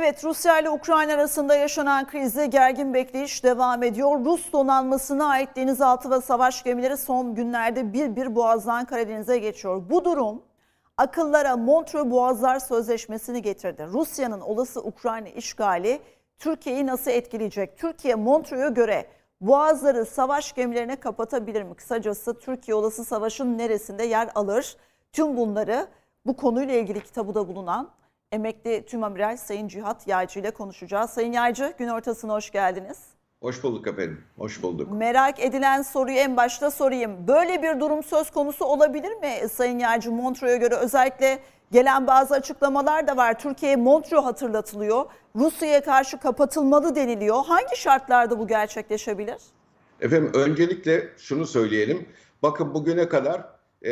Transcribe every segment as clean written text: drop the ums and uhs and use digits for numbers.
Evet, Rusya ile Ukrayna arasında yaşanan krizde gergin bekleyiş devam ediyor. Rus donanmasına ait denizaltı ve savaş gemileri son günlerde bir Boğaz'dan Karadeniz'e geçiyor. Bu durum akıllara Montreux Boğazlar Sözleşmesi'ni getirdi. Rusya'nın olası Ukrayna işgali Türkiye'yi nasıl etkileyecek? Türkiye Montreux'a göre Boğazları savaş gemilerine kapatabilir mi? Kısacası Türkiye olası savaşın neresinde yer alır? Tüm bunları bu konuyla ilgili kitabı bulunan emekli Tümamiral Sayın Cihat Yaycı ile konuşacağız. Sayın Yaycı, gün ortasına hoş geldiniz. Hoş bulduk efendim, hoş bulduk. Merak edilen soruyu en başta sorayım. Böyle bir durum söz konusu olabilir mi Sayın Yaycı? Montreux'a göre özellikle gelen bazı açıklamalar da var. Türkiye'ye Montreux hatırlatılıyor. Rusya'ya karşı kapatılmalı deniliyor. Hangi şartlarda bu gerçekleşebilir? Efendim öncelikle şunu söyleyelim. Bakın bugüne kadar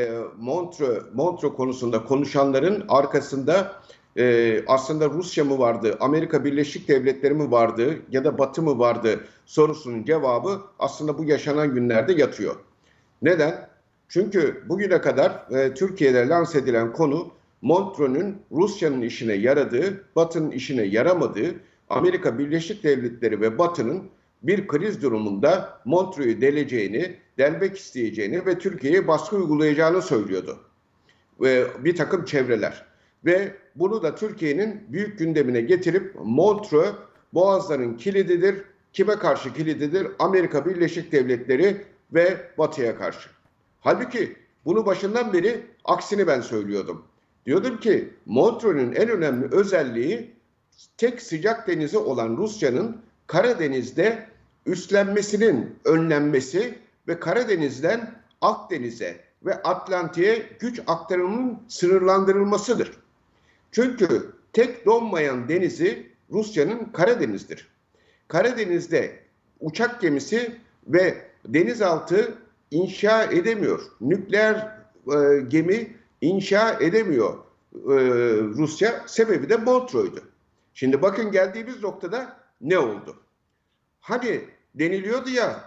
Montreux konusunda konuşanların arkasında aslında Rusya mı vardı, Amerika Birleşik Devletleri mi vardı ya da Batı mı vardı sorusunun cevabı aslında bu yaşanan günlerde yatıyor. Neden? Çünkü bugüne kadar Türkiye'de lanse edilen konu Montreux'un Rusya'nın işine yaradığı, Batı'nın işine yaramadığı, Amerika Birleşik Devletleri ve Batı'nın bir kriz durumunda Montreux'u delmek isteyeceğini ve Türkiye'ye baskı uygulayacağını söylüyordu. Ve bir takım çevreler. Ve bunu da Türkiye'nin büyük gündemine getirip Montreux Boğazların kilididir. Kime karşı kilididir? Amerika Birleşik Devletleri ve Batı'ya karşı. Halbuki bunu başından beri aksini ben söylüyordum. Diyordum ki Montreux'un en önemli özelliği tek sıcak denizi olan Rusya'nın Karadeniz'de üstlenmesinin önlenmesi ve Karadeniz'den Akdeniz'e ve Atlantik'e güç aktarımının sınırlandırılmasıdır. Çünkü tek donmayan denizi Rusya'nın Karadeniz'dir. Karadeniz'de uçak gemisi ve denizaltı inşa edemiyor. Nükleer gemi inşa edemiyor Rusya. Sebebi de Montreux'du. Şimdi bakın geldiğimiz noktada ne oldu? Hani deniliyordu ya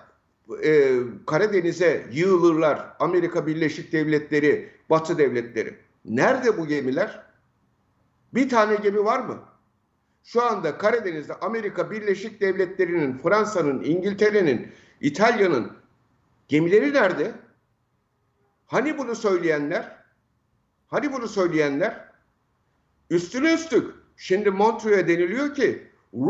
Karadeniz'e yığılırlar Amerika Birleşik Devletleri, Batı devletleri. Nerede bu gemiler? Bir tane gemi var mı? Şu anda Karadeniz'de Amerika Birleşik Devletleri'nin, Fransa'nın, İngiltere'nin, İtalya'nın gemileri nerede? Hani bunu söyleyenler? Hani bunu söyleyenler? Üstüne üstlük şimdi Montreux'a deniliyor ki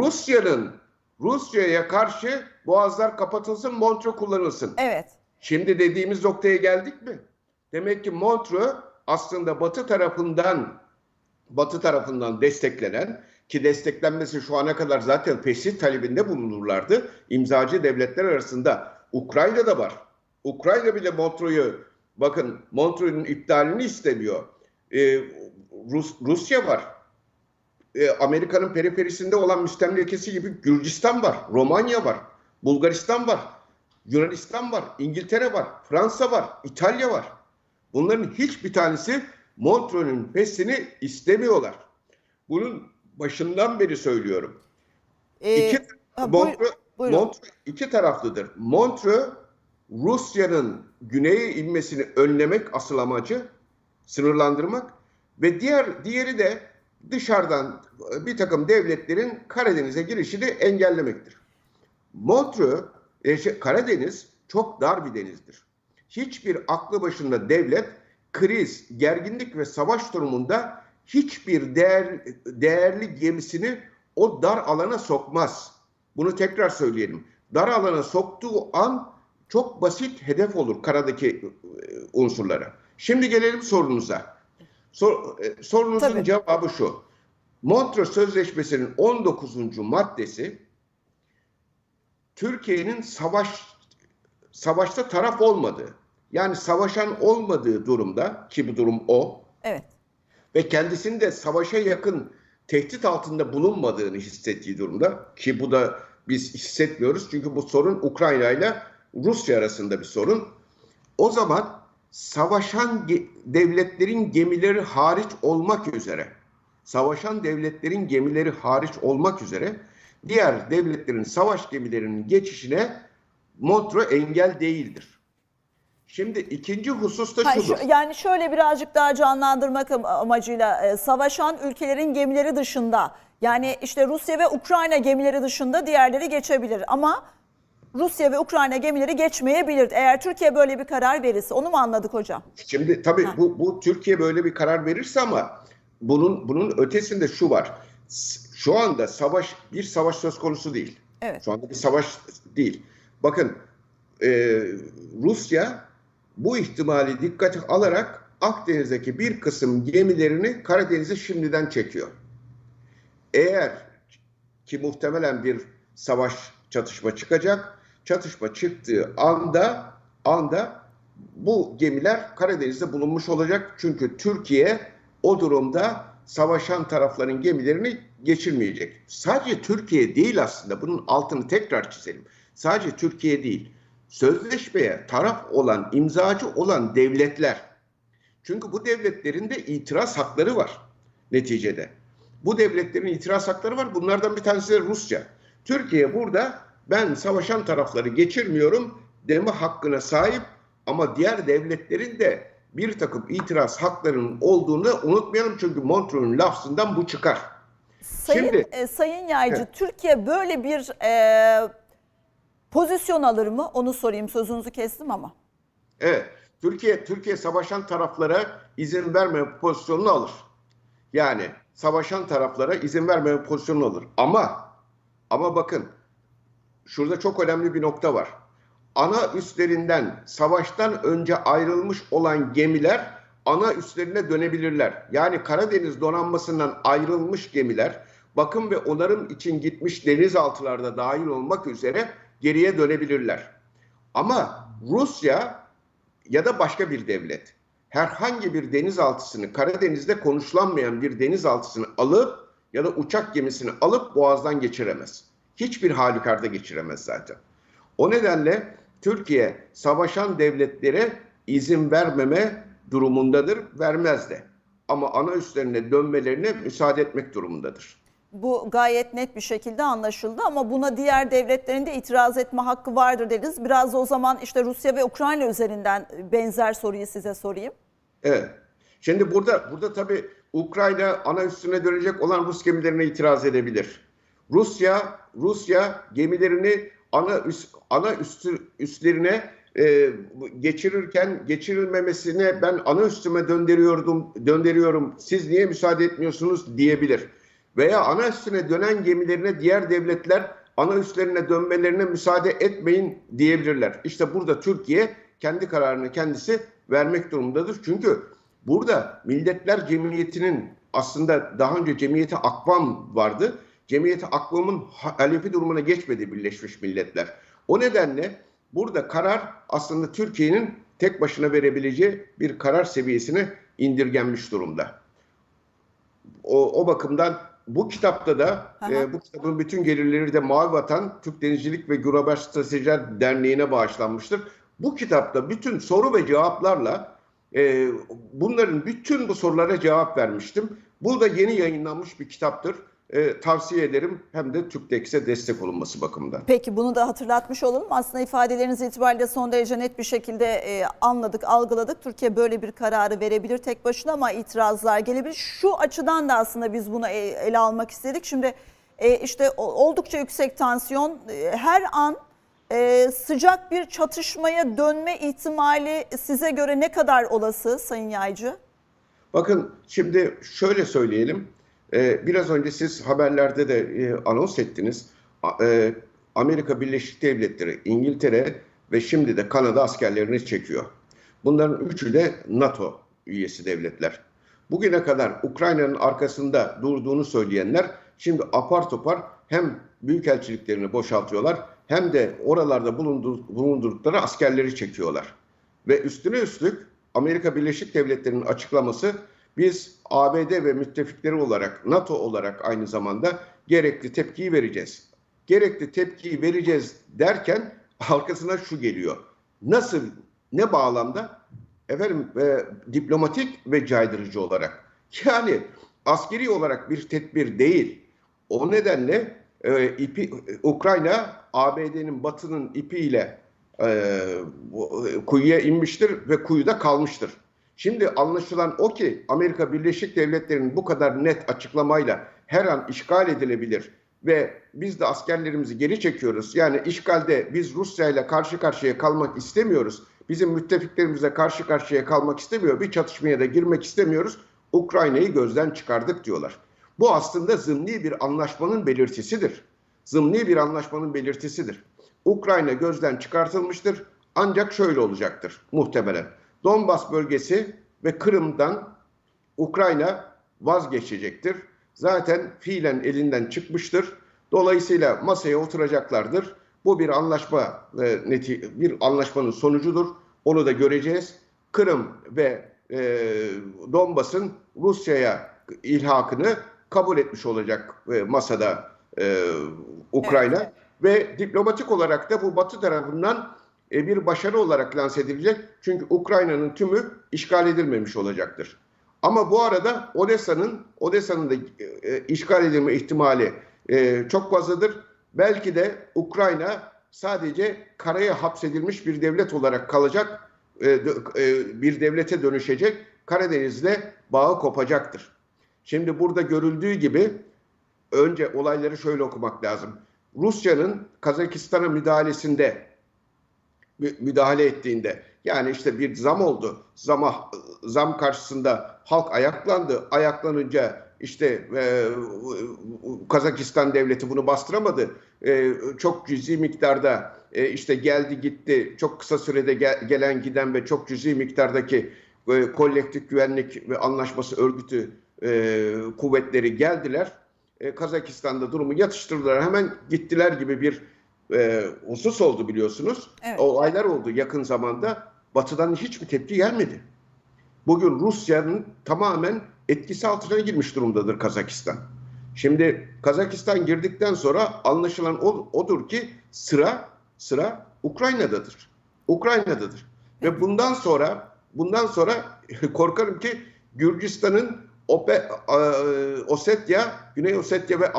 Rusya'ya karşı boğazlar kapatılsın, Montreux kullanılsın. Evet. Şimdi dediğimiz noktaya geldik mi? Demek ki Montreux aslında Batı tarafından desteklenen, ki desteklenmesi şu ana kadar zaten fesih talebinde bulunurlardı. İmzacı devletler arasında Ukrayna'da var. Ukrayna bile Montreux'un iptalini istemiyor. Rusya var. Amerika'nın periferisinde olan müstemlekesi gibi Gürcistan var, Romanya var, Bulgaristan var, Yunanistan var, İngiltere var, Fransa var, İtalya var. Bunların hiçbir tanesi Montreux'un feshini istemiyorlar. Bunun başından beri söylüyorum. Montreux iki taraflıdır. Montreux Rusya'nın güneye inmesini önlemek asıl amacı, sınırlandırmak ve diğeri de dışarıdan bir takım devletlerin Karadeniz'e girişini engellemektir. Karadeniz çok dar bir denizdir. Hiçbir aklı başında devlet kriz, gerginlik ve savaş durumunda hiçbir değerli gemisini o dar alana sokmaz. Bunu tekrar söyleyelim. Dar alana soktuğu an çok basit hedef olur karadaki unsurlara. Şimdi gelelim sorunuza. Sorunuzun Tabii. cevabı şu. Montreux Sözleşmesi'nin 19. maddesi Türkiye'nin savaşta taraf olmadığı, yani savaşan olmadığı durumda, ki bu durum o, Evet. ve kendisinin de savaşa yakın tehdit altında bulunmadığını hissettiği durumda, ki bu da biz hissetmiyoruz çünkü bu sorun Ukrayna ile Rusya arasında bir sorun. O zaman savaşan devletlerin gemileri hariç olmak üzere diğer devletlerin savaş gemilerinin geçişine Montreux engel değildir. Şimdi ikinci husus da şudur. Yani şöyle birazcık daha canlandırmak amacıyla savaşan ülkelerin gemileri dışında Yani işte Rusya ve Ukrayna gemileri dışında diğerleri geçebilir ama Rusya ve Ukrayna gemileri geçmeyebilir. Eğer Türkiye böyle bir karar verirse, onu mu anladık hocam? Şimdi tabii Ha, bu Türkiye böyle bir karar verirse ama bunun ötesinde şu var. Şu anda bir savaş söz konusu değil. evet. Şu anda bir savaş değil. Bakın e, Rusya bu ihtimali dikkate alarak Akdeniz'deki bir kısım gemilerini Karadeniz'e şimdiden çekiyor. Eğer ki muhtemelen bir çatışma çıkacak. Çatışma çıktığı anda bu gemiler Karadeniz'de bulunmuş olacak. Çünkü Türkiye o durumda savaşan tarafların gemilerini geçirmeyecek. Sadece Türkiye değil aslında. Bunun altını tekrar çizelim. Sadece Türkiye değil. Sözleşmeye taraf olan, imzacı olan devletler. Çünkü bu devletlerin de itiraz hakları var neticede. Bu devletlerin itiraz hakları var. Bunlardan bir tanesi de Rusya. Türkiye burada ben savaşan tarafları geçirmiyorum deme hakkına sahip ama diğer devletlerin de bir takım itiraz haklarının olduğunu unutmayalım. Çünkü Montreux'un lafzından bu çıkar. Sayın Yaycı, Türkiye böyle bir pozisyon alır mı? Onu sorayım, sözünüzü kestim ama. Evet, Türkiye savaşan taraflara izin vermeme pozisyonunu alır. Yani savaşan taraflara izin vermeme pozisyonunu alır. Ama bakın şurada çok önemli bir nokta var. Ana üslerinden savaştan önce ayrılmış olan gemiler ana üslerine dönebilirler. Yani Karadeniz donanmasından ayrılmış gemiler bakım ve onarım için gitmiş denizaltılarda dahil olmak üzere geriye dönebilirler. Ama Rusya ya da başka bir devlet herhangi bir denizaltısını, Karadeniz'de konuşlanmayan bir denizaltısını alıp ya da uçak gemisini alıp boğazdan geçiremez. Hiçbir halükarda geçiremez zaten. O nedenle Türkiye savaşan devletlere izin vermeme durumundadır, vermez de. Ama ana üslerine dönmelerine müsaade etmek durumundadır. Bu gayet net bir şekilde anlaşıldı ama buna diğer devletlerin de itiraz etme hakkı vardır dediniz. Biraz da o zaman işte Rusya ve Ukrayna üzerinden benzer soruyu size sorayım. Evet. Şimdi burada tabii Ukrayna ana üssüne dönecek olan Rus gemilerine itiraz edebilir. Rusya gemilerini ana üslerine geçirilmemesine ben ana üstüme döndürüyorum. Siz niye müsaade etmiyorsunuz diyebilir. Veya ana üstüne dönen gemilerine diğer devletler ana üslerine dönmelerine müsaade etmeyin diyebilirler. İşte burada Türkiye kendi kararını kendisi vermek durumundadır. Çünkü burada Milletler Cemiyeti'nin aslında daha önce Cemiyeti Akvam vardı. Cemiyeti Akvam'ın halefi durumuna geçmedi Birleşmiş Milletler. O nedenle burada karar aslında Türkiye'nin tek başına verebileceği bir karar seviyesine indirgenmiş durumda. O bakımdan bu kitapta da bu kitabın bütün gelirleri de Mavi Vatan Türk Denizcilik ve Global Stratejiler Derneği'ne bağışlanmıştır. Bu kitapta bütün soru ve cevaplarla bunların bütün bu sorulara cevap vermiştim. Bu da yeni yayınlanmış bir kitaptır. Tavsiye ederim hem de TÜKDEX'e destek olunması bakımından. Peki bunu da hatırlatmış olalım. Aslında ifadeleriniz itibariyle son derece net bir şekilde anladık, algıladık. Türkiye böyle bir kararı verebilir tek başına ama itirazlar gelebilir. Şu açıdan da aslında biz bunu ele almak istedik. Şimdi işte oldukça yüksek tansiyon, her an sıcak bir çatışmaya dönme ihtimali size göre ne kadar olası Sayın Yaycı? Bakın şimdi şöyle söyleyelim. Biraz önce siz haberlerde de anons ettiniz. Amerika Birleşik Devletleri, İngiltere ve şimdi de Kanada askerlerini çekiyor. Bunların üçü de NATO üyesi devletler. Bugüne kadar Ukrayna'nın arkasında durduğunu söyleyenler şimdi apar topar hem büyükelçiliklerini boşaltıyorlar hem de oralarda bulundurdukları askerleri çekiyorlar. Ve üstüne üstlük Amerika Birleşik Devletleri'nin açıklaması biz ABD ve müttefikleri olarak NATO olarak aynı zamanda gerekli tepkiyi vereceğiz. Gerekli tepkiyi vereceğiz derken arkasına şu geliyor. Nasıl, ne bağlamda? Efendim diplomatik ve caydırıcı olarak. Yani askeri olarak bir tedbir değil. O nedenle Ukrayna ABD'nin Batı'nın ipiyle kuyuya inmiştir ve kuyuda kalmıştır. Şimdi anlaşılan o ki Amerika Birleşik Devletleri'nin bu kadar net açıklamayla her an işgal edilebilir ve biz de askerlerimizi geri çekiyoruz. Yani işgalde biz Rusya ile karşı karşıya kalmak istemiyoruz. Bizim müttefiklerimizle karşı karşıya kalmak istemiyor. Bir çatışmaya da girmek istemiyoruz. Ukrayna'yı gözden çıkardık diyorlar. Bu aslında zımni bir anlaşmanın belirtisidir. Zımni bir anlaşmanın belirtisidir. Ukrayna gözden çıkartılmıştır. Ancak şöyle olacaktır muhtemelen. Donbas bölgesi ve Kırım'dan Ukrayna vazgeçecektir. Zaten fiilen elinden çıkmıştır. Dolayısıyla masaya oturacaklardır. Bu bir anlaşma, bir anlaşmanın sonucudur. Onu da göreceğiz. Kırım ve Donbas'ın Rusya'ya ilhakını kabul etmiş olacak masada Ukrayna. Evet. Ve diplomatik olarak da bu Batı tarafından bir başarı olarak lanse edilecek. Çünkü Ukrayna'nın tümü işgal edilmemiş olacaktır. Ama bu arada Odessa'nın da işgal edilme ihtimali çok fazladır. Belki de Ukrayna sadece karaya hapsedilmiş bir devlet olarak kalacak, bir devlete dönüşecek, Karadeniz'le bağı kopacaktır. Şimdi burada görüldüğü gibi önce olayları şöyle okumak lazım. Rusya'nın Kazakistan'a müdahale ettiğinde, yani işte bir zam oldu. Zam karşısında halk ayaklandı. Ayaklanınca işte Kazakistan devleti bunu bastıramadı. Çok cüzi miktarda işte geldi gitti. Çok kısa sürede gelen giden ve çok cüzi miktardaki kolektif güvenlik ve anlaşması örgütü kuvvetleri geldiler. Kazakistan'da durumu yatıştırdılar. Hemen gittiler gibi bir husus oldu biliyorsunuz. Evet. Olaylar oldu yakın zamanda. Batı'dan hiçbir tepki gelmedi. Bugün Rusya'nın tamamen etkisi altına girmiş durumdadır Kazakistan. Şimdi Kazakistan girdikten sonra anlaşılan odur ki sıra Ukrayna'dadır. Ukrayna'dadır. Ve bundan sonra korkarım ki Gürcistan'ın Ossetya, Güney Ossetya ve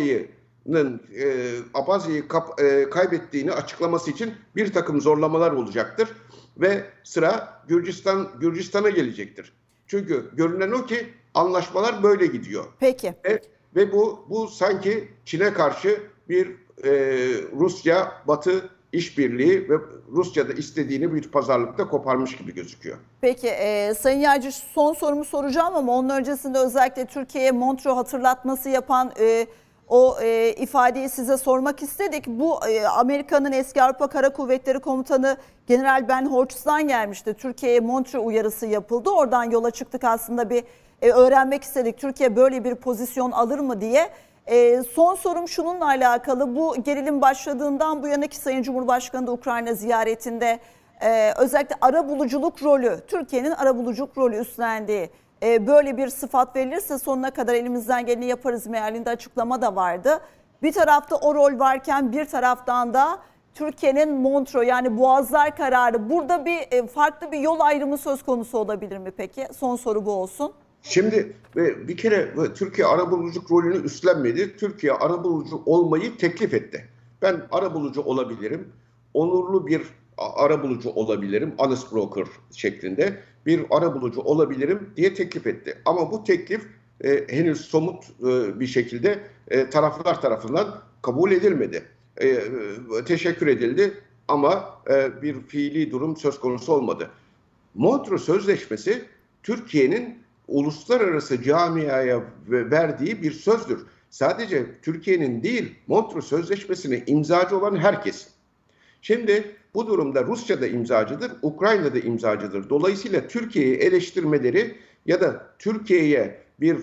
Abhazya'yı kaybettiğini açıklaması için bir takım zorlamalar olacaktır ve sıra Gürcistan'a gelecektir. Çünkü görünen o ki anlaşmalar böyle gidiyor. Peki. Ve bu sanki Çin'e karşı bir Rusya-Batı işbirliği ve Rusya'da istediğini bir pazarlıkta koparmış gibi gözüküyor. Peki Sayın Yağcı, son sorumu soracağım ama onun öncesinde özellikle Türkiye'ye Montreux hatırlatması yapan ifadeyi size sormak istedik. Bu Amerika'nın eski Avrupa Kara Kuvvetleri Komutanı General Ben Hodges'tan gelmişti. Türkiye'ye Montreux uyarısı yapıldı. Oradan yola çıktık aslında bir öğrenmek istedik. Türkiye böyle bir pozisyon alır mı diye. Son sorum şununla alakalı. Bu gerilim başladığından bu yana ki Sayın Cumhurbaşkanı da Ukrayna ziyaretinde özellikle arabuluculuk rolü, Türkiye'nin arabuluculuk rolü üstlendiği böyle bir sıfat verilirse sonuna kadar elimizden geleni yaparız mealinde açıklama da vardı. Bir tarafta o rol varken bir taraftan da Türkiye'nin Montreux yani Boğazlar kararı, burada bir farklı bir yol ayrımı söz konusu olabilir mi peki? Son soru bu olsun. Şimdi bir kere Türkiye arabuluculuk rolünü üstlenmedi. Türkiye arabulucu olmayı teklif etti. Ben arabulucu olabilirim. Onurlu bir arabulucu olabilirim. Honest broker şeklinde bir arabulucu olabilirim diye teklif etti. Ama bu teklif henüz somut bir şekilde taraflar tarafından kabul edilmedi. Teşekkür edildi ama bir fiili durum söz konusu olmadı. Montreux Sözleşmesi Türkiye'nin uluslararası camiaya verdiği bir sözdür. Sadece Türkiye'nin değil, Montreux Sözleşmesi'ne imzacı olan herkes. Şimdi bu durumda Rusya da imzacıdır, Ukrayna da imzacıdır. Dolayısıyla Türkiye'yi eleştirmeleri ya da Türkiye'ye bir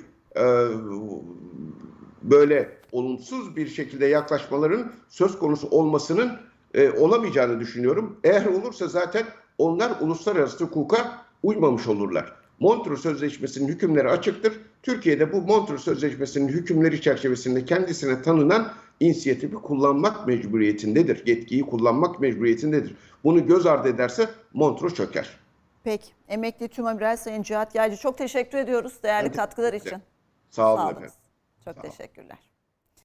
böyle olumsuz bir şekilde yaklaşmaların söz konusu olmasının olamayacağını düşünüyorum. Eğer olursa zaten onlar uluslararası hukuka uymamış olurlar. Montreux Sözleşmesi'nin hükümleri açıktır. Türkiye'de bu Montreux Sözleşmesi'nin hükümleri çerçevesinde kendisine tanınan inisiyatifi kullanmak mecburiyetindedir. Yetkiyi kullanmak mecburiyetindedir. Bunu göz ardı ederse Montreux çöker. Peki. Emekli Tümamiral Sayın Cihat Yaycı, çok teşekkür ediyoruz değerli katkılar için. Sağ olun efendim. Çok teşekkürler.